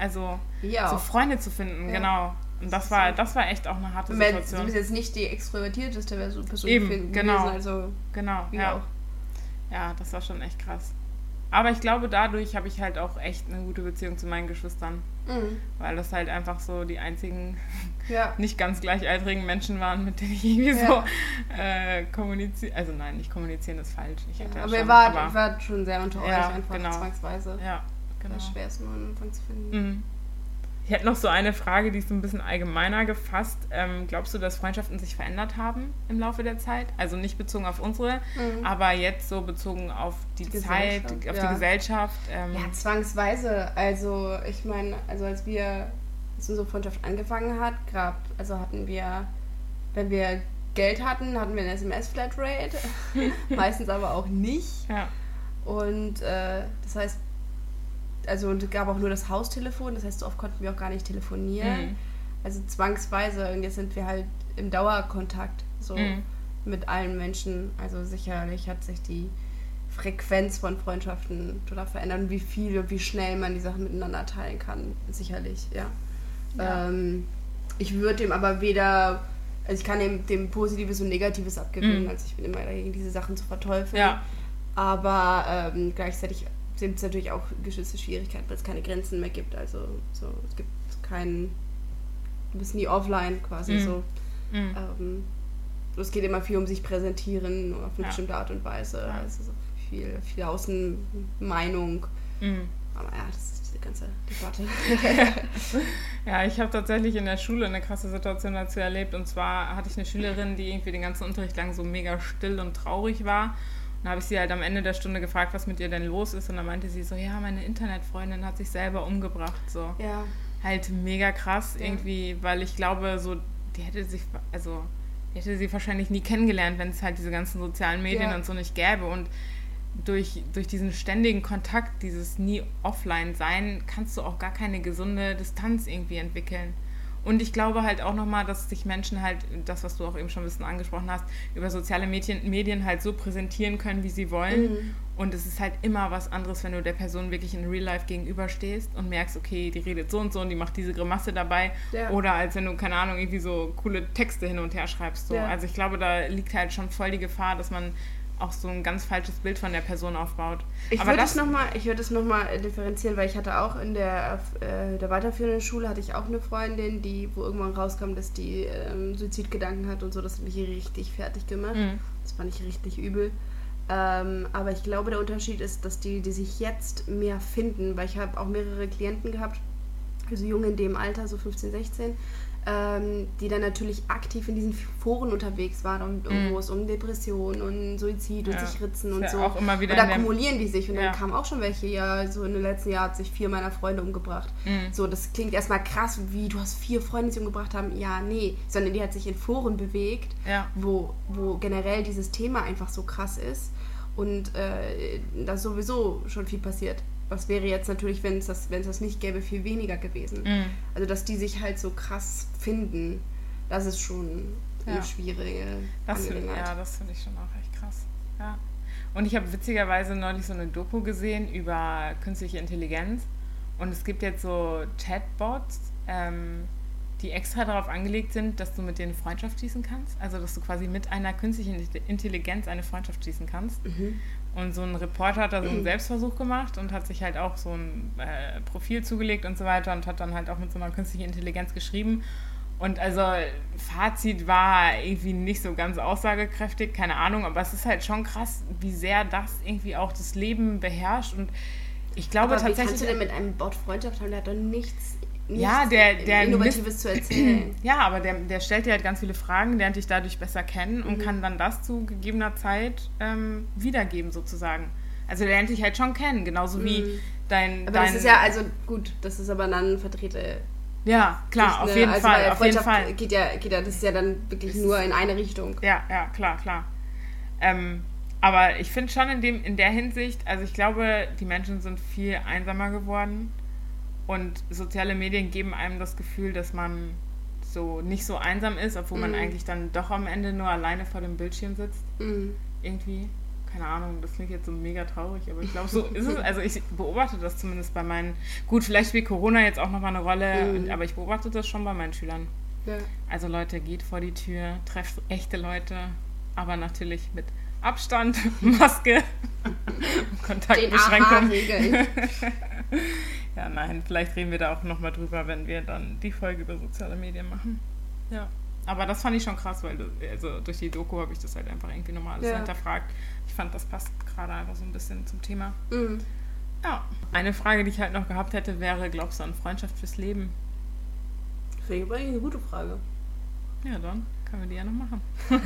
so Freunde zu finden, genau. Und das war echt auch eine harte Situation. Du bist jetzt nicht die extrovertierteste Person gewesen, also genau, ja. Auch. Ja, das war schon echt krass. Aber ich glaube, dadurch habe ich halt auch echt eine gute Beziehung zu meinen Geschwistern. Weil das halt einfach so die einzigen nicht ganz gleichaltrigen Menschen waren, mit denen ich irgendwie so kommunizieren. Also nein, nicht kommunizieren ist falsch. Aber ihr wart schon sehr unter euch, einfach zwangsweise. Ja, genau. Das war schwer, es nur am Anfang zu finden. Ich hätte noch so eine Frage, die ist so ein bisschen allgemeiner gefasst. Glaubst du, dass Freundschaften sich verändert haben im Laufe der Zeit? Also nicht bezogen auf unsere, aber jetzt so bezogen auf die Zeit, auf die Gesellschaft. Ja, zwangsweise. Also ich meine, als unsere Freundschaft angefangen hat, hatten wir, wenn wir Geld hatten wir eine SMS-Flatrate, meistens aber auch nicht. Ja. Und das heißt, es gab auch nur das Haustelefon, das heißt, so oft konnten wir auch gar nicht telefonieren. also zwangsweise, und jetzt sind wir halt im Dauerkontakt so mit allen Menschen. Also sicherlich hat sich die Frequenz von Freundschaften total verändert und wie viel und wie schnell man die Sachen miteinander teilen kann, sicherlich, ja. Ich würde dem aber weder, also ich kann dem Positives und Negatives abgewinnen, also ich bin immer dagegen, diese Sachen zu verteufeln. Ja. Aber gleichzeitig sind es natürlich auch gewisse Schwierigkeiten, weil es keine Grenzen mehr gibt. Also so, es gibt keinen, du bist nie offline quasi so. Es geht immer viel um sich präsentieren auf eine bestimmte Art und Weise. Ja. Also so viel Außenmeinung. Aber ja, das ist diese ganze Debatte. Ja, ich habe tatsächlich in der Schule eine krasse Situation dazu erlebt. Und zwar hatte ich eine Schülerin, die irgendwie den ganzen Unterricht lang so mega still und traurig war. Und dann habe ich sie halt am Ende der Stunde gefragt, was mit ihr denn los ist. Und dann meinte sie so, ja, meine Internetfreundin hat sich selber umgebracht. So. Ja. Halt mega krass irgendwie, weil ich glaube, so, die hätte sie wahrscheinlich nie kennengelernt, wenn es halt diese ganzen sozialen Medien und so nicht gäbe. Und durch diesen ständigen Kontakt, dieses nie offline sein, kannst du auch gar keine gesunde Distanz irgendwie entwickeln. Und ich glaube halt auch nochmal, dass sich Menschen halt, das, was du auch eben schon ein bisschen angesprochen hast, über soziale Medien halt so präsentieren können, wie sie wollen. Und es ist halt immer was anderes, wenn du der Person wirklich in Real Life gegenüberstehst und merkst, okay, die redet so und so und die macht diese Grimasse dabei. Ja. Oder als wenn du, keine Ahnung, irgendwie so coole Texte hin und her schreibst. So. Ja. Also ich glaube, da liegt halt schon voll die Gefahr, dass man auch so ein ganz falsches Bild von der Person aufbaut. Ich würde es nochmal differenzieren, weil ich hatte auch in der weiterführenden Schule hatte ich auch eine Freundin, wo irgendwann rauskam, dass die Suizidgedanken hat und so. Das hat mich richtig fertig gemacht. Das fand ich richtig übel. Aber ich glaube, der Unterschied ist, dass die sich jetzt mehr finden, weil ich habe auch mehrere Klienten gehabt, also Junge in dem Alter, so 15, 16, die dann natürlich aktiv in diesen Foren unterwegs waren, wo es um Depressionen und Suizid und sich ritzen und so. Auch immer wieder und da kumulieren die sich und dann kamen auch schon welche, so in den letzten Jahren hat sich 4 meiner Freunde umgebracht. So, das klingt erstmal krass, wie du hast 4 Freunde, die sich umgebracht haben. Ja, nee, sondern die hat sich in Foren bewegt, wo generell dieses Thema einfach so krass ist und da sowieso schon viel passiert. Was wäre jetzt natürlich, wenn es das nicht gäbe, viel weniger gewesen. Also, dass die sich halt so krass finden, das ist schon eine schwierige Angelegenheit. Ja, das finde ich schon auch echt krass. Ja. Und ich habe witzigerweise neulich so eine Doku gesehen über künstliche Intelligenz. Und es gibt jetzt so Chatbots, die extra darauf angelegt sind, dass du mit denen Freundschaft schließen kannst. Also, dass du quasi mit einer künstlichen Intelligenz eine Freundschaft schließen kannst. Und so ein Reporter hat da so einen Selbstversuch gemacht und hat sich halt auch so ein Profil zugelegt und so weiter und hat dann halt auch mit so einer künstlichen Intelligenz geschrieben. Und also Fazit war irgendwie nicht so ganz aussagekräftig, keine Ahnung, aber es ist halt schon krass, wie sehr das irgendwie auch das Leben beherrscht. Und ich glaube aber tatsächlich... wie kannst du denn mit einem Bot Freundschaft haben? Der hat doch nichts der Innovatives zu erzählen. Ja, aber der stellt dir halt ganz viele Fragen, lernt dich dadurch besser kennen und kann dann das zu gegebener Zeit wiedergeben sozusagen. Also der lernt dich halt schon kennen, genauso wie Aber das ist ja, also gut, das ist aber dann Vertreter. Ja, klar, auf jeden Fall. Auf jeden Fall. Geht ja, das ist ja dann wirklich nur in eine Richtung. Ja, klar. Aber ich finde schon in der Hinsicht, also ich glaube, die Menschen sind viel einsamer geworden. Und soziale Medien geben einem das Gefühl, dass man so nicht so einsam ist, obwohl man eigentlich dann doch am Ende nur alleine vor dem Bildschirm sitzt. Irgendwie. Keine Ahnung, das klingt jetzt so mega traurig, aber ich glaube, so ist es. Also ich beobachte das zumindest bei meinen... Gut, vielleicht spielt Corona jetzt auch nochmal eine Rolle, aber ich beobachte das schon bei meinen Schülern. Ja. Also Leute, geht vor die Tür, trefft echte Leute, aber natürlich mit Abstand, Maske, Kontaktbeschränkungen. Ja, nein, vielleicht reden wir da auch nochmal drüber, wenn wir dann die Folge über soziale Medien machen. Ja, aber das fand ich schon krass, weil durch die Doku habe ich das halt einfach irgendwie nochmal alles hinterfragt. Ich fand, das passt gerade einfach so ein bisschen zum Thema. Ja, eine Frage, die ich halt noch gehabt hätte, wäre, glaubst du an Freundschaft fürs Leben? Finde ich aber eigentlich eine gute Frage. Ja, dann können wir die ja noch machen.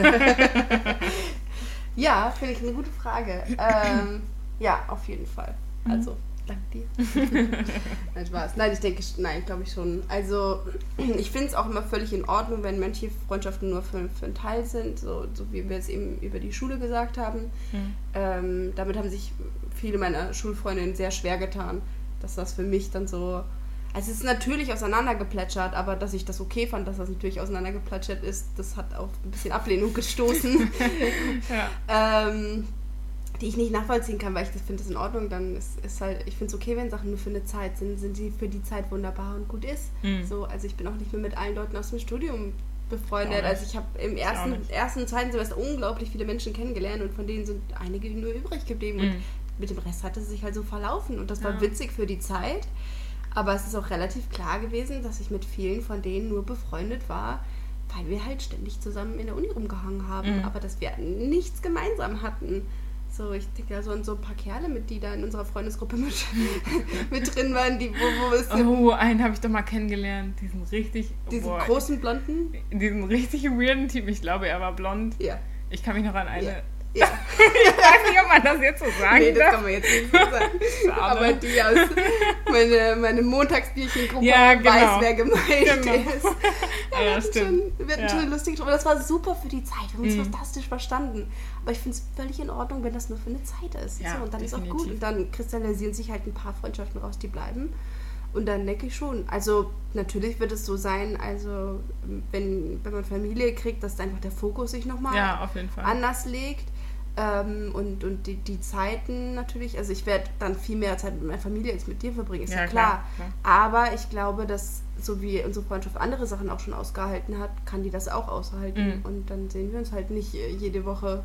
Ja, finde ich eine gute Frage. Ja, auf jeden Fall. Also... Danke dir. Nein, Spaß. Nein, glaube ich schon. Also, ich finde es auch immer völlig in Ordnung, wenn manche Freundschaften nur für einen Teil sind, so wie wir es eben über die Schule gesagt haben. Damit haben sich viele meiner Schulfreundinnen sehr schwer getan, dass das für mich dann so Also es ist natürlich auseinandergeplätschert, aber dass ich das okay fand, dass das natürlich auseinandergeplätschert ist, das hat auf ein bisschen Ablehnung gestoßen. Die ich nicht nachvollziehen kann, weil ich das finde, das in Ordnung. Dann ist halt, ich finde es okay, wenn Sachen nur für eine Zeit sind die für die Zeit wunderbar und gut ist. So, also ich bin auch nicht mehr mit allen Leuten aus dem Studium befreundet. Also ich habe im ersten und zweiten Semester unglaublich viele Menschen kennengelernt und von denen sind einige nur übrig geblieben. Und mit dem Rest hat es sich halt so verlaufen und das war witzig für die Zeit. Aber es ist auch relativ klar gewesen, dass ich mit vielen von denen nur befreundet war, weil wir halt ständig zusammen in der Uni rumgehangen haben, aber dass wir nichts gemeinsam hatten. So, ich denke da so an so ein paar Kerle, die da in unserer Freundesgruppe mit drin waren, wo es... einen habe ich doch mal kennengelernt. Diesen großen Blonden? Diesen richtig weirden Typ. Ich glaube, er war blond. Ja. Ich kann mich noch an eine... Ja. Ich weiß nicht, ob man das jetzt so sagen Nee, das darf. kann man jetzt nicht so sagen. Aber die aus meine Montagsbierchengruppe weiß, wer gemeint ist. Ja, wir hatten schon lustig drüber. Das war super für die Zeit. Wir haben uns fantastisch verstanden. Aber ich finde es völlig in Ordnung, wenn das nur für eine Zeit ist. Ja, so, und dann definitiv. ist auch gut. Und dann kristallisieren sich halt ein paar Freundschaften raus, die bleiben. Und dann denke ich schon. Also natürlich wird es so sein, also wenn man Familie kriegt, dass einfach der Fokus sich nochmal auf jeden Fall anders legt. Und die Zeiten natürlich, also ich werde dann viel mehr Zeit mit meiner Familie als mit dir verbringen, ist ja klar. Aber ich glaube, dass so wie unsere Freundschaft andere Sachen auch schon ausgehalten hat, kann die das auch aushalten. Und dann sehen wir uns halt nicht jede Woche.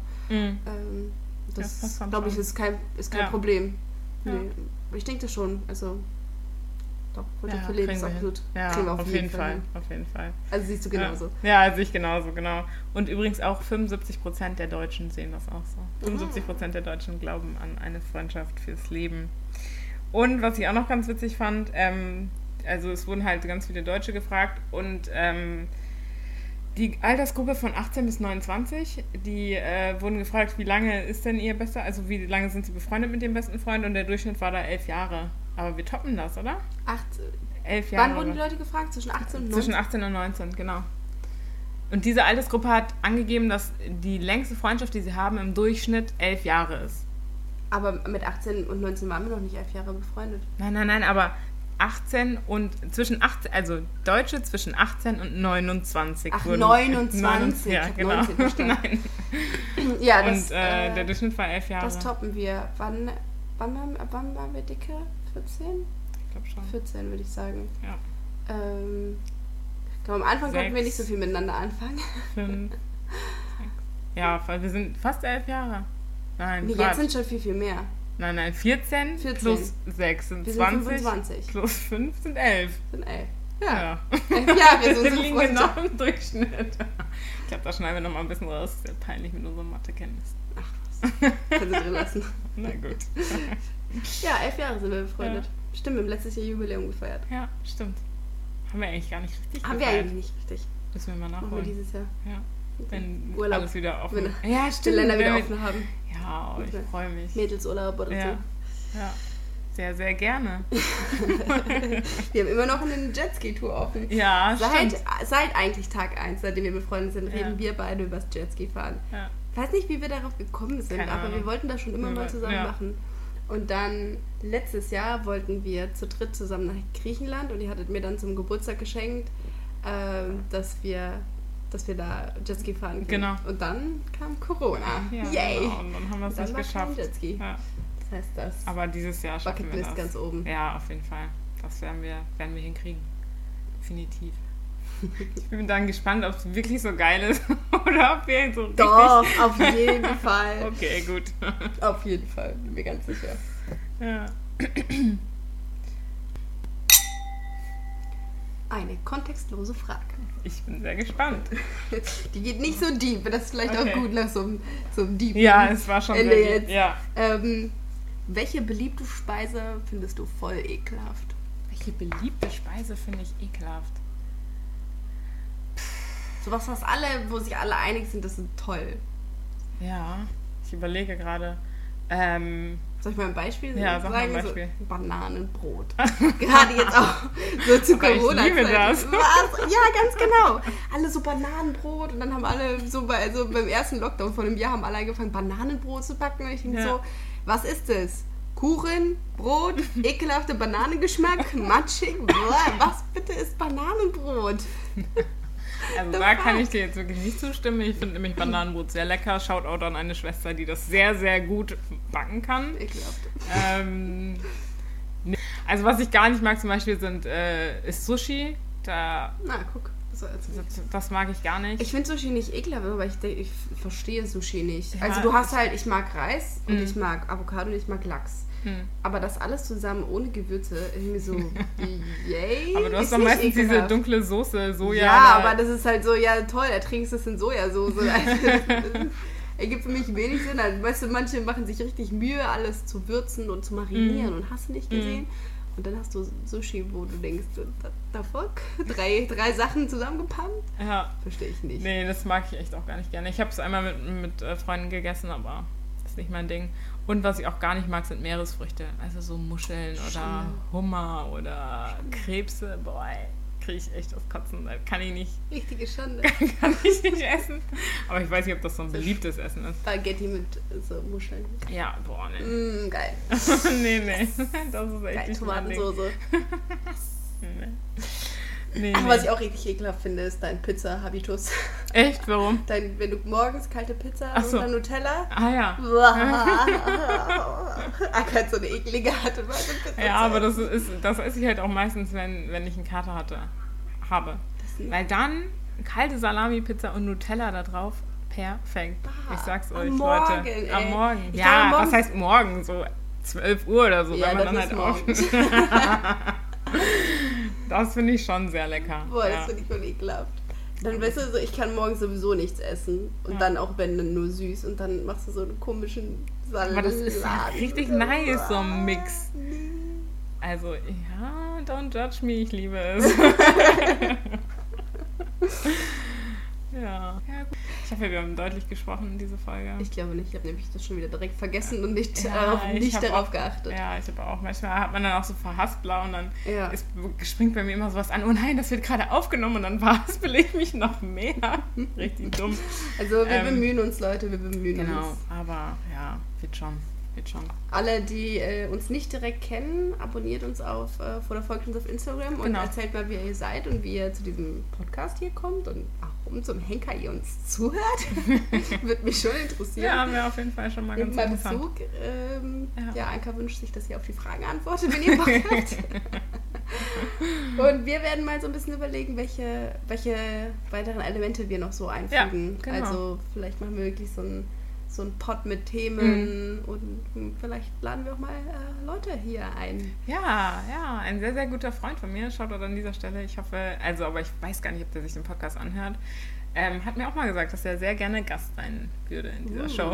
Das glaube ich, ist kein Problem. Ja. Nee, ich denke das schon. Also doch, für Leben ist absolut. Ja, auf jeden Fall. Also siehst du genauso. Ja, sehe ich genauso, genau. Und übrigens auch 75% der Deutschen sehen das auch so. 75% der Deutschen glauben an eine Freundschaft fürs Leben. Und was ich auch noch ganz witzig fand, also es wurden halt ganz viele Deutsche gefragt und die Altersgruppe von 18 bis 29, die wurden gefragt, wie lange ist denn ihr bester, also wie lange sind sie befreundet mit dem besten Freund und der Durchschnitt war da 11 Jahre. Aber wir toppen das, oder? 11 Jahre. Wann wurden die Leute gefragt? Zwischen 18 und 19? Zwischen 18 und 19, genau. Und diese Altersgruppe hat angegeben, dass die längste Freundschaft, die sie haben, im Durchschnitt 11 Jahre ist. Aber mit 18 und 19 waren wir noch nicht 11 Jahre befreundet. Nein, aber 18 und zwischen 18, also Deutsche zwischen 18 und 29. Ach, 29. Ja, genau. 19 Nein. Ja, und der Durchschnitt war 11 Jahre. Das toppen wir. Wann waren wir dicke? 14? Ich glaube schon. 14 würde ich sagen. Ja. Am Anfang konnten wir nicht so viel miteinander anfangen. 5, 6. Ja, weil wir sind fast 11 Jahre. Nein, nee, jetzt sind schon viel mehr. Nein, 14 plus 6 sind wir 20. Sind 25. Plus 5 sind 11. Sind 11. Ja. Ja, wir sind so liegen genau im Durchschnitt. Ich glaube, da schneiden wir noch mal ein bisschen raus. Sehr peinlich mit unseren Mathekenntnissen. Ach was. Können Sie drin lassen. Na gut. Ja, 11 Jahre sind wir befreundet. Ja. Stimmt, wir haben letztes Jahr Jubiläum gefeiert. Ja, stimmt. Haben wir eigentlich gar nicht richtig gefeiert. Haben wir eigentlich nicht richtig. Müssen wir mal nachholen. Machen wir dieses Jahr. Ja. Wenn Urlaub. alles wieder offen ist. Ja, stimmt. Die Länder wieder offen haben. Ja, ich freue mich. Mädelsurlaub oder so. Ja, sehr, sehr gerne. Wir haben immer noch eine Jetski-Tour offen. Ja, seit eigentlich Tag 1, seitdem wir befreundet sind, reden wir beide über das Jetski fahren. Ja. Ich weiß nicht, wie wir darauf gekommen sind, aber wir wollten das schon immer mal zusammen machen. Und dann letztes Jahr wollten wir zu dritt zusammen nach Griechenland und ihr hattet mir dann zum Geburtstag geschenkt, dass wir da Jetski fahren können. Genau. Und dann kam Corona. Ja, yay! Genau. Und dann haben wir es nicht geschafft. Jetski. Ja. Das heißt das. Aber dieses Jahr schaffen wir das. ganz oben. Ja, auf jeden Fall. Das werden wir hinkriegen. Definitiv. Ich bin dann gespannt, ob es wirklich so geil ist oder ob wir so richtig... Doch, auf jeden Fall. Okay, gut. Auf jeden Fall, bin mir ganz sicher. Ja. Eine kontextlose Frage. Ich bin sehr gespannt. Die geht nicht so deep, das ist vielleicht auch gut nach so einem deep. Ja, es war schon Ende sehr jetzt. Ja. Welche beliebte Speise findest du voll ekelhaft? Welche beliebte Speise finde ich ekelhaft? Sowas, wo sich alle einig sind, das ist toll. Ja, ich überlege gerade. Soll ich mal ein Beispiel sagen? Ja, sag mal ein Beispiel. So Bananenbrot. Gerade jetzt auch so zu Corona-Zeit. Ich liebe das. Was? Ja, ganz genau. Alle so Bananenbrot und dann haben alle beim ersten Lockdown vor einem Jahr haben alle angefangen, Bananenbrot zu backen. Und ich denke so, was ist das? Kuchen, Brot, ekelhafter Bananengeschmack, matschig. Was bitte ist Bananenbrot? Also da kann ich dir jetzt wirklich nicht zustimmen. Ich finde nämlich Bananenbrot sehr lecker. Shoutout an eine Schwester, die das sehr, sehr gut backen kann. Ekelhaft. Also was ich gar nicht mag zum Beispiel ist Sushi. Na, guck. Das mag ich gar nicht. Ich finde Sushi nicht ekelhaft, aber ich verstehe Sushi nicht. Ja, also du hast halt, ich mag Reis und ich mag Avocado und ich mag Lachs. Aber das alles zusammen ohne Gewürze, irgendwie so, yay. Aber du hast doch meistens diese dunkle Soße, Soja. Ja, aber das ist halt so, ja toll, da trinkst du es in Sojasauce. Ergibt für mich wenig Sinn. Also, weißt du, manche machen sich richtig Mühe, alles zu würzen und zu marinieren und hast du nicht gesehen. Und dann hast du Sushi, wo du denkst, da fuck, drei Sachen zusammengepammt? Ja. Verstehe ich nicht. Nee, das mag ich echt auch gar nicht gerne. Ich habe es einmal mit Freunden gegessen, aber das ist nicht mein Ding. Und was ich auch gar nicht mag, sind Meeresfrüchte. Also so Muscheln oder Hummer oder Krebse. Boah, kriege ich echt das Kotzen. Das kann ich nicht. Richtige Schande. Kann ich nicht essen. Aber ich weiß nicht, ob das so ein beliebtes Essen ist. Spaghetti mit so Muscheln. Ja, boah, nee. Geil. nee. Das ist echt geil, nicht mein Ding. Tomatensoße. Nee, Ach, was ich auch richtig ekelhaft finde, ist dein Pizza-Habitus. Echt? Warum? Wenn du morgens kalte Pizza Ach so. und dann Nutella. Ah ja. Acker hat so eine eklige Art und Weise Pizza. Ja, aber das esse ich halt auch meistens, wenn ich einen Kater habe. Weil dann kalte Salami-Pizza und Nutella da drauf, perfekt. Ich sag's euch, Leute. Ey. Am Morgen. Ich Ja, dachte, was heißt morgen? So 12 Uhr oder so, ja, wenn man das dann halt ist auf. Das finde ich schon sehr lecker. Boah, das finde ich voll ekelhaft. Dann weißt du so, ich kann morgens sowieso nichts essen. Und dann auch wenn dann nur süß. Und dann machst du so einen komischen Salat. Aber das ist ja richtig nice, so ein Mix. Also, ja, don't judge me, ich liebe es. Ja, gut. Ich hoffe, wir haben deutlich gesprochen in dieser Folge. Ich glaube nicht, ich habe nämlich das schon wieder direkt vergessen und nicht darauf darauf geachtet. Ja, ich habe auch. Manchmal hat man dann auch so Verhaspler und dann springt bei mir immer sowas an, oh nein, das wird gerade aufgenommen und dann verhaspel ich mich noch mehr. Richtig dumm. Also wir bemühen uns, Leute, wir bemühen uns. Genau, aber ja, wird schon. Alle, die uns nicht direkt kennen, abonniert uns oder folgt uns auf Instagram und erzählt mal, wer ihr seid und wie ihr zu diesem Podcast hier kommt und warum zum Henker ihr uns zuhört. Würde mich schon interessieren. Ja, haben wir auf jeden Fall schon mal ganz interessant. Bezug. Anka wünscht sich, dass ihr auf die Fragen antwortet, wenn ihr Bock habt. Und wir werden mal so ein bisschen überlegen, welche weiteren Elemente wir noch so einfügen. Ja, genau. Also vielleicht machen wir wirklich so ein Pod mit Themen und vielleicht laden wir auch mal Leute hier ein. Ja, ein sehr, sehr guter Freund von mir, schaut an dieser Stelle. Ich hoffe, aber ich weiß gar nicht, ob der sich den Podcast anhört, hat mir auch mal gesagt, dass er sehr gerne Gast sein würde in dieser Show.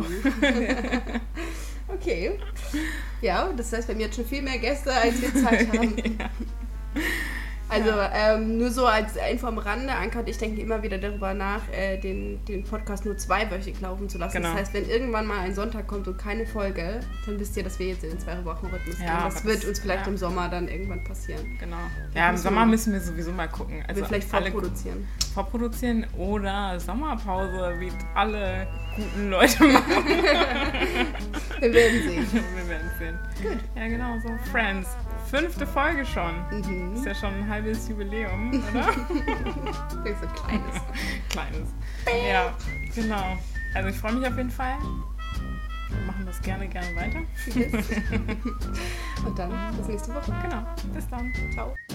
Okay. Ja, das heißt, wir haben jetzt schon viel mehr Gäste, als wir Zeit haben. Ja. Also nur so als Info am Rande, Anka und ich denken immer wieder darüber nach, den Podcast nur zweiwöchig laufen zu lassen. Genau. Das heißt, wenn irgendwann mal ein Sonntag kommt und keine Folge, dann wisst ihr, dass wir jetzt in den 2-Wochen-Rhythmus gehen. Das wird uns vielleicht im Sommer dann irgendwann passieren. Genau. Ja, im Sommer müssen wir sowieso mal gucken. Also wir vielleicht vorproduzieren. Vorproduzieren oder Sommerpause, wie alle guten Leute machen. Wir werden sehen. Gut. Ja, genau, so Friends. 5. Folge schon. Ist ja schon ein halbes Jubiläum, oder? Das ist so kleines. Ja, genau. Also ich freue mich auf jeden Fall. Wir machen das gerne weiter. Yes. Und dann bis nächste Woche. Genau. Bis dann. Ciao.